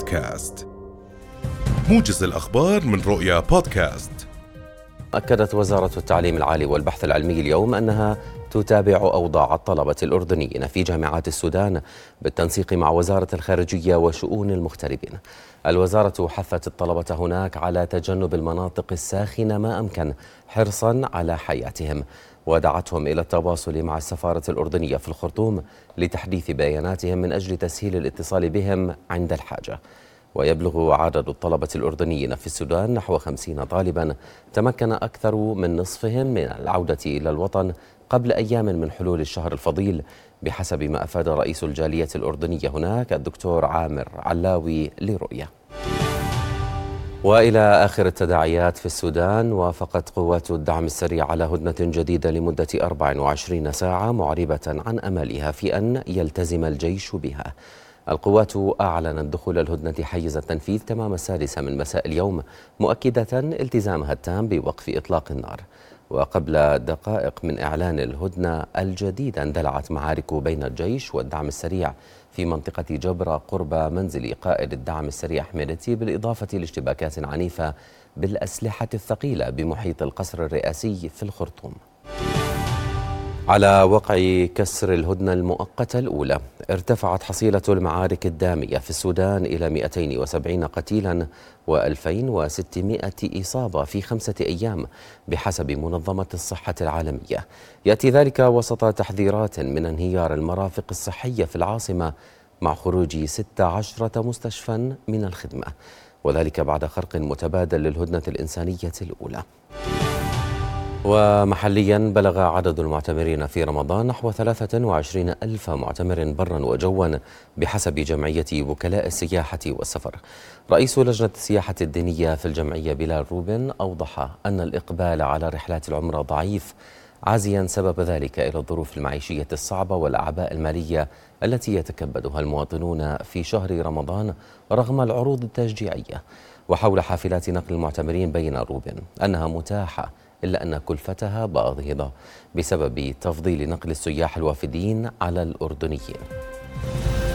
بودكاست. موجز الأخبار من رؤيا بودكاست. أكدت وزارة التعليم العالي والبحث العلمي اليوم أنها تتابع أوضاع الطلبة الأردنيين في جامعات السودان بالتنسيق مع وزارة الخارجية وشؤون المغتربين. الوزارة حثت الطلبة هناك على تجنب المناطق الساخنة ما أمكن حرصا على حياتهم، ودعتهم إلى التواصل مع السفارة الأردنية في الخرطوم لتحديث بياناتهم من أجل تسهيل الاتصال بهم عند الحاجة. ويبلغ عدد الطلبة الأردنيين في السودان نحو 50 طالبا، تمكن أكثر من نصفهم من العودة إلى الوطن قبل أيام من حلول الشهر الفضيل، بحسب ما أفاد رئيس الجالية الأردنية هناك الدكتور عامر علاوي لرؤية. وإلى آخر التداعيات في السودان، وافقت قوات الدعم السريع على هدنة جديدة لمدة 24 ساعة، معربة عن أملها في أن يلتزم الجيش بها. القوات أعلنت دخول الهدنة حيز التنفيذ تمام 6 من مساء اليوم، مؤكدة التزامها التام بوقف إطلاق النار. وقبل دقائق من إعلان الهدنة الجديدة، اندلعت معارك بين الجيش والدعم السريع في منطقة جبرة قرب منزل قائد الدعم السريع حميدتي، بالإضافة لاشتباكات عنيفة بالأسلحة الثقيلة بمحيط القصر الرئاسي في الخرطوم. على وقع كسر الهدنة المؤقتة الأولى، ارتفعت حصيلة المعارك الدامية في السودان إلى 270 قتيلا و2600 إصابة في 5 أيام بحسب منظمة الصحة العالمية. يأتي ذلك وسط تحذيرات من انهيار المرافق الصحية في العاصمة مع خروج 16 مستشفى من الخدمة، وذلك بعد خرق متبادل للهدنة الإنسانية الأولى. ومحليا بلغ عدد المعتمرين في رمضان نحو 23 ألف معتمر برا وجوا بحسب جمعية وكلاء السياحة والسفر. رئيس لجنة السياحة الدينية في الجمعية بلال روبن أوضح أن الإقبال على رحلات العمرة ضعيف، عازيا سبب ذلك إلى الظروف المعيشية الصعبة والأعباء المالية التي يتكبدها المواطنون في شهر رمضان رغم العروض التشجيعية. وحول حافلات نقل المعتمرين بين روبن أنها متاحة، إلا أن كلفتها باهظة بسبب تفضيل نقل السياح الوافدين على الأردنيين.